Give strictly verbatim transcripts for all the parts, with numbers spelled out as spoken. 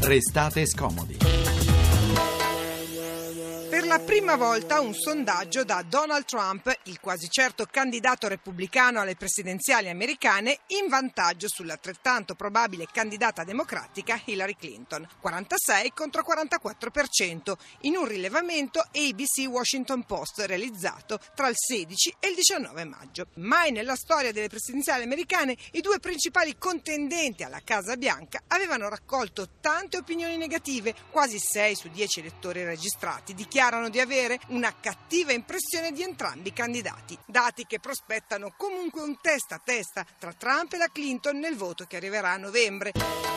Restate scomodi. Per la prima volta un sondaggio da Donald Trump, il quasi certo candidato repubblicano alle presidenziali americane, in vantaggio sull'altrettanto probabile candidata democratica Hillary Clinton, quarantasei contro quarantaquattro per cento, in un rilevamento A B C Washington Post realizzato tra il sedici e il diciannove maggio. Mai nella storia delle presidenziali americane i due principali contendenti alla Casa Bianca avevano raccolto tante opinioni negative, quasi sei su dieci elettori registrati dichiarano di avere una cattiva impressione di entrambi i candidati, dati che prospettano comunque un testa a testa tra Trump e la Clinton nel voto che arriverà a novembre.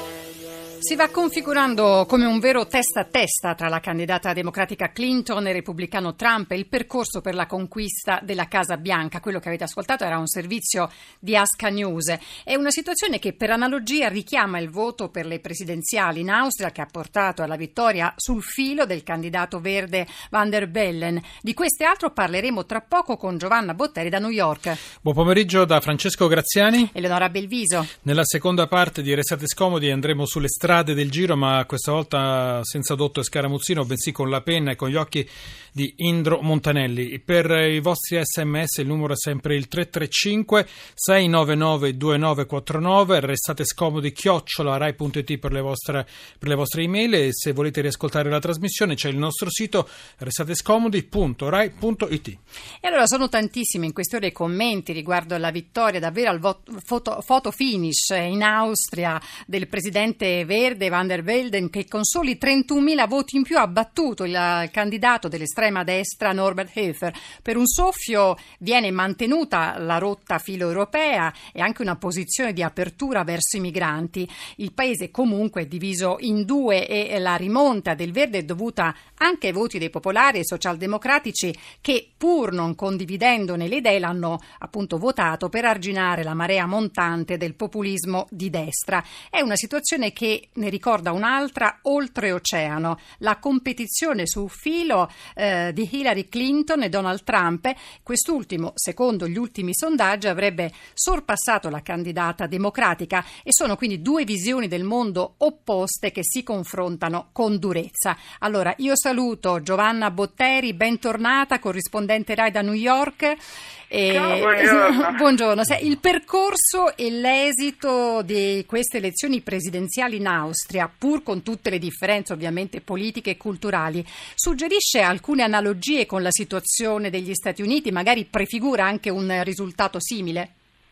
Si va configurando come un vero testa a testa tra la candidata democratica Clinton e il repubblicano Trump il percorso per la conquista della Casa Bianca. Quello che avete ascoltato era un servizio di Aska News. È una situazione che per analogia richiama il voto per le presidenziali in Austria, che ha portato alla vittoria sul filo del candidato verde Van der Bellen. Di questo e altro parleremo tra poco con Giovanna Botteri da New York. Buon pomeriggio da Francesco Graziani. Eleonora Belviso. Nella seconda parte di Restate Scomodi andremo sulle strade del giro, ma questa volta senza Dotto e Scaramuzzino, bensì con la penna e con gli occhi di Indro Montanelli. Per i vostri sms il numero è sempre il tre tre cinque sei nove nove due nove quattro nove. Restate scomodi chiocciola rai punto it per le vostre per le vostre email, e se volete riascoltare la trasmissione c'è il nostro sito restatescomodi punto rai punto it. E allora sono tantissimi in queste ore i commenti riguardo alla vittoria davvero al voto, foto, foto finish in Austria del presidente verde Van der Bellen, che con soli trentunomila voti in più ha battuto il, il candidato dell'estrema destra Norbert Hofer. Per un soffio viene mantenuta la rotta filo-europea e anche una posizione di apertura verso i migranti. Il paese comunque è diviso in due e la rimonta del verde è dovuta anche ai voti dei popolari e socialdemocratici, che pur non condividendone le idee l'hanno appunto votato per arginare la marea montante del populismo di destra. È una situazione che ne ricorda un'altra oltreoceano, la competizione sul filo eh, di Hillary Clinton e Donald Trump. Quest'ultimo, secondo gli ultimi sondaggi, avrebbe sorpassato la candidata democratica, e sono quindi due visioni del mondo opposte che si confrontano con durezza. Allora, io saluto Giovanna Botteri, bentornata, corrispondente Rai da New York. E... Ciao, buongiorno. Buongiorno. Il percorso e l'esito di queste elezioni presidenziali in Austria, pur con tutte le differenze ovviamente politiche e culturali, suggerisce alcune analogie con la situazione degli Stati Uniti, magari prefigura anche un risultato simile?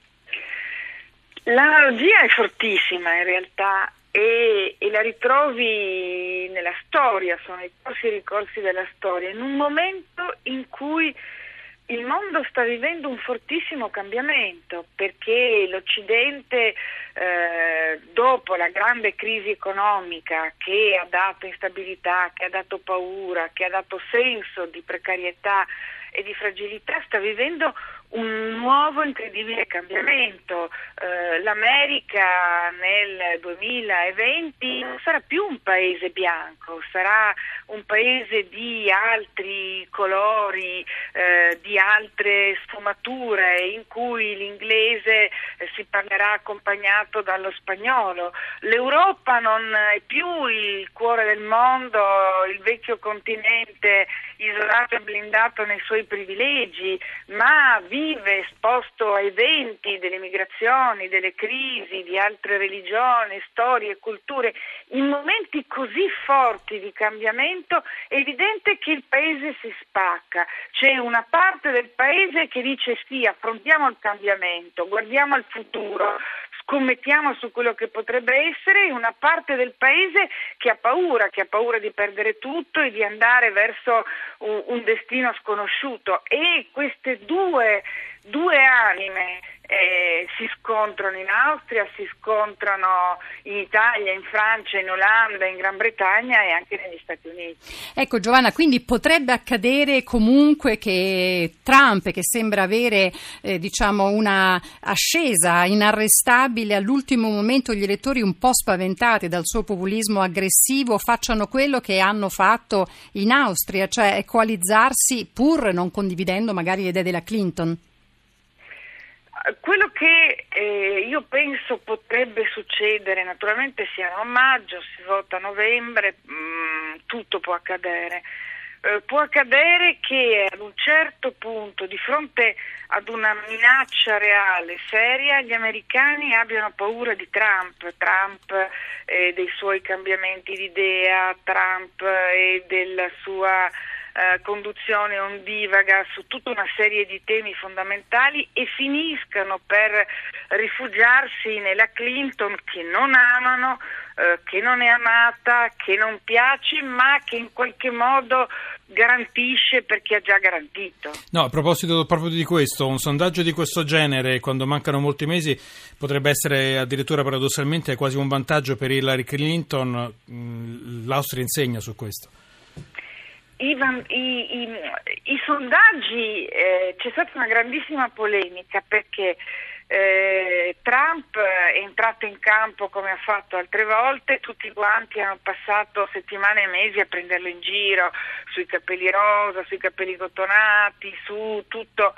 L'analogia è fortissima in realtà e, e la ritrovi nella storia, sono i corsi e ricorsi della storia, in un momento in cui il mondo sta vivendo un fortissimo cambiamento, perché l'Occidente, eh, dopo la grande crisi economica che ha dato instabilità, che ha dato paura, che ha dato senso di precarietà e di fragilità, sta vivendo un nuovo incredibile cambiamento. Eh, L'America nel duemilaventi non sarà più un paese bianco, sarà un paese di altri colori, eh, di altre sfumature, in cui l'inglese eh, si parlerà accompagnato dallo spagnolo. L'Europa non è più il cuore del mondo, il vecchio continente isolato e blindato nei suoi privilegi, ma vive esposto a eventi delle migrazioni, delle crisi, di altre religioni, storie e culture. In momenti così forti di cambiamento è evidente che il paese si spacca. C'è una parte del paese che dice sì, affrontiamo il cambiamento, guardiamo al futuro, scommettiamo su quello che potrebbe essere, e una parte del paese che ha paura, che ha paura di perdere tutto e di andare verso un, un destino sconosciuto. E queste due, due anime eh, si scontrano in Austria, si scontrano in Italia, in Francia, in Olanda, in Gran Bretagna e anche negli Stati Uniti. Ecco Giovanna, quindi potrebbe accadere comunque che Trump, che sembra avere eh, diciamo una ascesa inarrestabile, all'ultimo momento gli elettori un po' spaventati dal suo populismo aggressivo facciano quello che hanno fatto in Austria, cioè coalizzarsi pur non condividendo magari le idee della Clinton? quello che eh, io penso potrebbe succedere, naturalmente siamo a maggio, si vota a novembre, mh, tutto può accadere. Eh, può accadere che ad un certo punto, di fronte ad una minaccia reale, seria, gli americani abbiano paura di Trump, Trump e dei suoi cambiamenti di idea, Trump e della sua eh, conduzione ondivaga su tutta una serie di temi fondamentali e finiscano per rifugiarsi nella Clinton che non amano, eh, che non è amata, che non piace, ma che in qualche modo garantisce perché ha già garantito. No, a proposito proprio di questo, un sondaggio di questo genere, quando mancano molti mesi, potrebbe essere addirittura paradossalmente quasi un vantaggio per Hillary Clinton. L'Austria insegna su questo. I, i, i, i sondaggi, eh, c'è stata una grandissima polemica perché Eh, Trump è entrato in campo come ha fatto altre volte, tutti quanti hanno passato settimane e mesi a prenderlo in giro sui capelli rosa, sui capelli cottonati, su tutto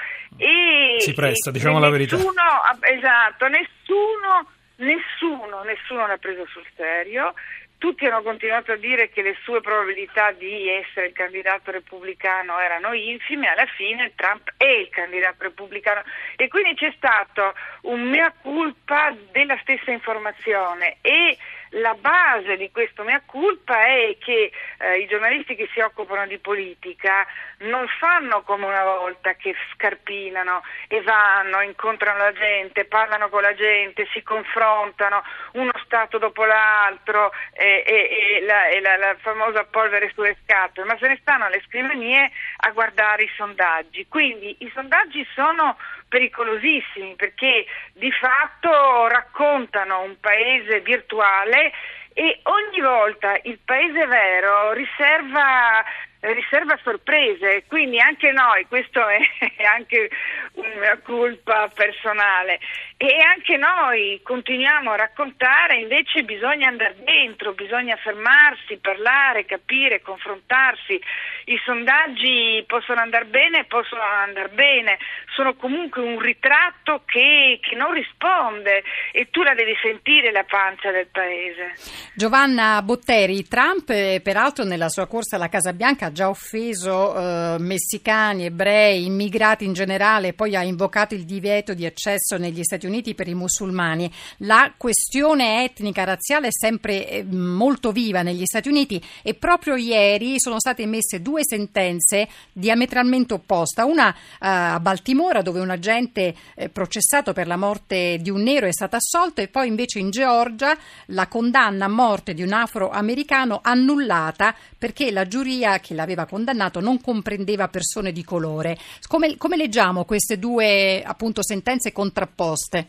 e si presta, e, diciamo e la verità. Nessuno, esatto, nessuno, nessuno, nessuno l'ha preso sul serio. Tutti hanno continuato a dire che le sue probabilità di essere il candidato repubblicano erano infime, alla fine Trump è il candidato repubblicano e quindi c'è stato un mea culpa della stessa informazione e la base di questo mea culpa è che eh, i giornalisti che si occupano di politica non fanno come una volta che scarpinano e vanno, incontrano la gente, parlano con la gente, si confrontano uno stato dopo l'altro e, e, e, la, e la, la famosa polvere sulle scarpe, ma se ne stanno alle scrivanie a guardare i sondaggi. Quindi i sondaggi sono pericolosissimi perché di fatto raccontano un paese virtuale e ogni volta il paese vero riserva riserva sorprese, quindi anche noi, questo è anche una colpa personale, e anche noi continuiamo a raccontare, invece bisogna andare dentro, bisogna fermarsi, parlare, capire, confrontarsi. I sondaggi possono andare bene, possono andare bene, sono comunque un ritratto che, che non risponde e tu la devi sentire la pancia del paese. Giovanna Botteri, Trump eh, peraltro nella sua corsa alla Casa Bianca ha già offeso eh, messicani, ebrei, immigrati in generale, poi ha invocato il divieto di accesso negli Stati Uniti per i musulmani. La questione etnica razziale è sempre eh, molto viva negli Stati Uniti e proprio ieri sono state emesse due sentenze diametralmente opposte, una eh, a Baltimora dove un agente eh, processato per la morte di un nero è stato assolto e poi invece in Georgia la condanna a morte di un afroamericano annullata perché la giuria che l'aveva condannato non comprendeva persone di colore. Come, come leggiamo queste due appunto sentenze contrapposte?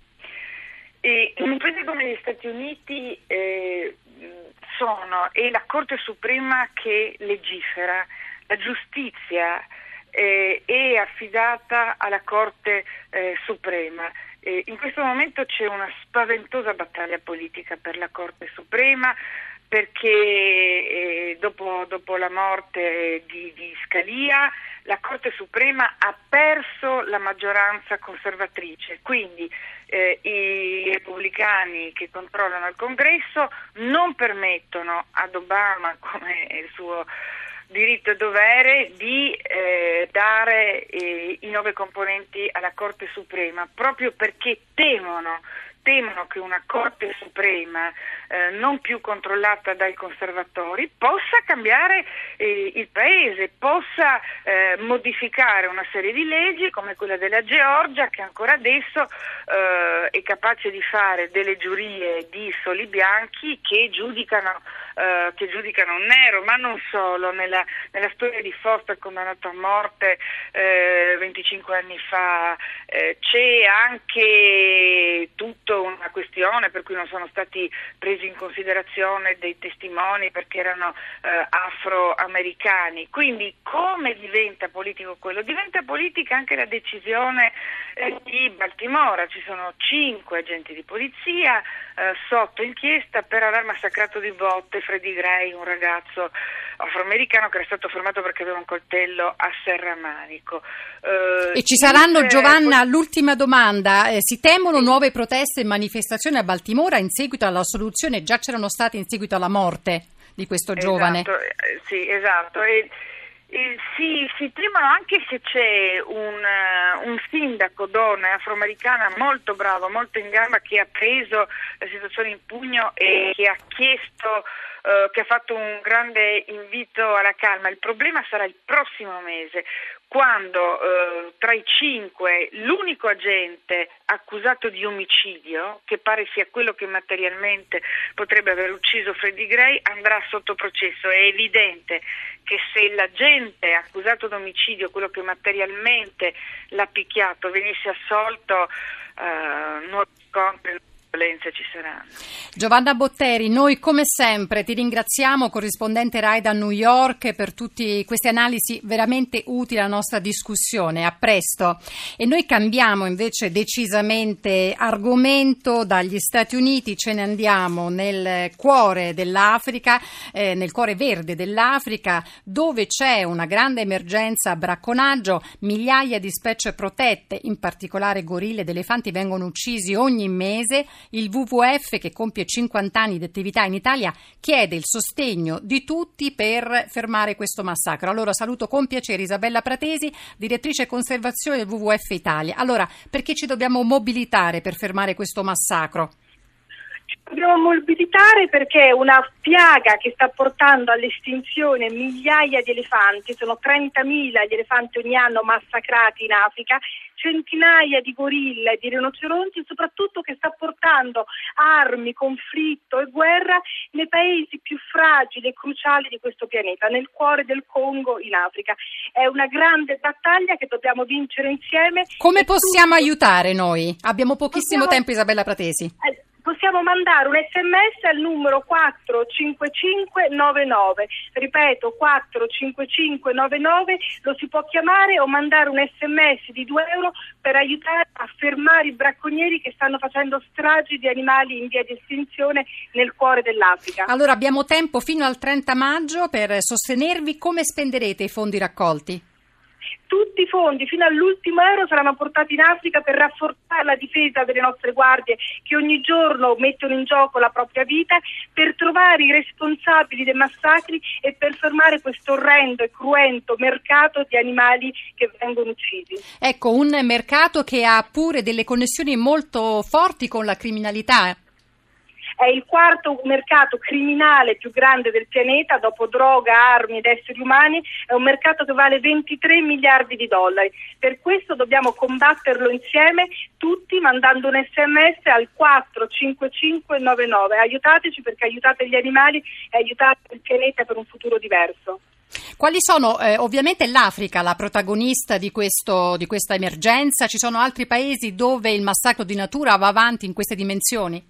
E in un paese come gli Stati Uniti eh, sono è la Corte Suprema che legifera, la giustizia eh, è affidata alla Corte eh, Suprema. Eh, in questo momento c'è una spaventosa battaglia politica per la Corte Suprema perché eh, dopo, dopo la morte di, di Scalia la Corte Suprema ha perso la maggioranza conservatrice, quindi eh, i repubblicani che controllano il Congresso non permettono ad Obama, come è il suo diritto e dovere, di eh, dare eh, i nove componenti alla Corte Suprema, proprio perché temono temono che una Corte Suprema eh, non più controllata dai conservatori possa cambiare eh, il paese, possa eh, modificare una serie di leggi come quella della Georgia che ancora adesso eh, è capace di fare delle giurie di soli bianchi che giudicano Uh, che giudicano un nero, ma non solo. Nella, nella storia di Foster condannato a morte eh, venticinque anni fa eh, c'è anche tutta una questione discussione per cui non sono stati presi in considerazione dei testimoni perché erano eh, afroamericani. Quindi come diventa politico quello? Diventa politica anche la decisione eh, di Baltimora. Ci sono cinque agenti di polizia eh, sotto inchiesta per aver massacrato di botte Freddie Gray, un ragazzo afroamericano che era stato fermato perché aveva un coltello a serramanico. Eh, e ci saranno, invece, Giovanna, poi... l'ultima domanda, eh, si temono sì. nuove proteste e manifestazioni a Baltimora in seguito alla soluzione? Già c'erano state in seguito alla morte di questo giovane. Esatto, eh, sì, esatto. E, e, si, si temono anche se c'è un, uh, un sindaco donna afroamericana molto bravo, molto in gamba, che ha preso la situazione in pugno e che ha chiesto Uh, che ha fatto un grande invito alla calma. Il problema sarà il prossimo mese, quando uh, tra i cinque l'unico agente accusato di omicidio, che pare sia quello che materialmente potrebbe aver ucciso Freddie Gray, andrà sotto processo. È evidente che se l'agente accusato di omicidio, quello che materialmente l'ha picchiato, venisse assolto, uh, nuovi scontri, violenze ci saranno. Giovanna Botteri, noi come sempre ti ringraziamo, corrispondente RAI da New York, per tutte queste analisi veramente utili alla nostra discussione. A presto. E noi cambiamo invece decisamente argomento. Dagli Stati Uniti ce ne andiamo nel cuore dell'Africa, eh, nel cuore verde dell'Africa, dove c'è una grande emergenza a bracconaggio. Migliaia di specie protette, in particolare gorille ed elefanti, vengono uccisi ogni mese. Il W W F, che compie cinquanta anni di attività in Italia, chiede il sostegno di tutti per fermare questo massacro. Allora saluto con piacere Isabella Pratesi, direttrice conservazione del W W F Italia. Allora, perché ci dobbiamo mobilitare per fermare questo massacro? Ci dobbiamo mobilitare perché è una piaga che sta portando all'estinzione migliaia di elefanti. Sono trentamila gli elefanti ogni anno massacrati in Africa, centinaia di gorilla e di rinoceronti, e soprattutto che sta portando armi, conflitto e guerra nei paesi più fragili e cruciali di questo pianeta, nel cuore del Congo, in Africa. È una grande battaglia che dobbiamo vincere insieme. Come possiamo tutto... aiutare noi? Abbiamo pochissimo possiamo... tempo, Isabella Pratesi. Eh, Possiamo mandare un sms al numero quattro cinque cinque nove nove, ripeto quattro cinque cinque nove nove, lo si può chiamare o mandare un sms di due euro per aiutare a fermare i bracconieri che stanno facendo stragi di animali in via di estinzione nel cuore dell'Africa. Allora abbiamo tempo fino al trenta maggio per sostenervi. Come spenderete i fondi raccolti? Tutti i fondi fino all'ultimo euro saranno portati in Africa per rafforzare la difesa delle nostre guardie che ogni giorno mettono in gioco la propria vita, per trovare i responsabili dei massacri e per fermare questo orrendo e cruento mercato di animali che vengono uccisi. Ecco, un mercato che ha pure delle connessioni molto forti con la criminalità. È il quarto mercato criminale più grande del pianeta, dopo droga, armi ed esseri umani. È un mercato che vale ventitré miliardi di dollari. Per questo dobbiamo combatterlo insieme, tutti, mandando un sms al quattro cinque cinque nove nove. Aiutateci, perché aiutate gli animali e aiutate il pianeta per un futuro diverso. Quali sono, eh, ovviamente l'Africa la protagonista di questo, di questa emergenza? Ci sono altri paesi dove il massacro di natura va avanti in queste dimensioni?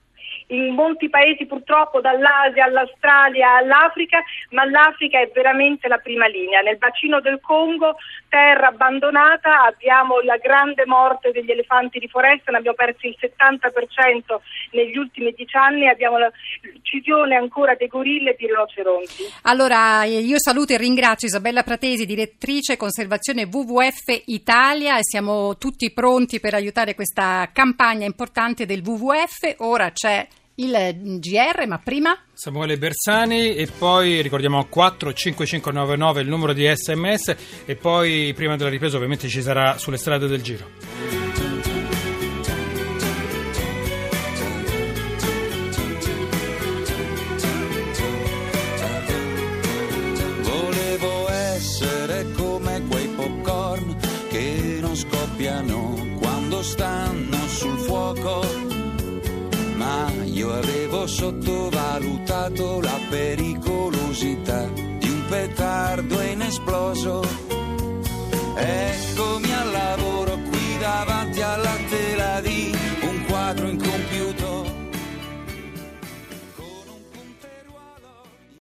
In molti paesi, purtroppo, dall'Asia all'Australia all'Africa, ma l'Africa è veramente la prima linea. Nel bacino del Congo, terra abbandonata, abbiamo la grande morte degli elefanti di foresta, ne abbiamo perso il settanta per cento negli ultimi dieci anni, abbiamo l'uccisione ancora dei gorilla e dei rinoceronti. Allora io saluto e ringrazio Isabella Pratesi, direttrice conservazione W W F Italia, e siamo tutti pronti per aiutare questa campagna importante del W W F. Ora c'è il G R, ma prima Samuele Bersani, e poi ricordiamo quattro cinque cinque nove nove il numero di sms, e poi prima della ripresa ovviamente ci sarà Sulle strade del Giro. Volevo essere come quei popcorn che non scoppiano quando stanno sul fuoco, ma io avevo sottovalutato la pericolosità di un petardo inesploso. Eccomi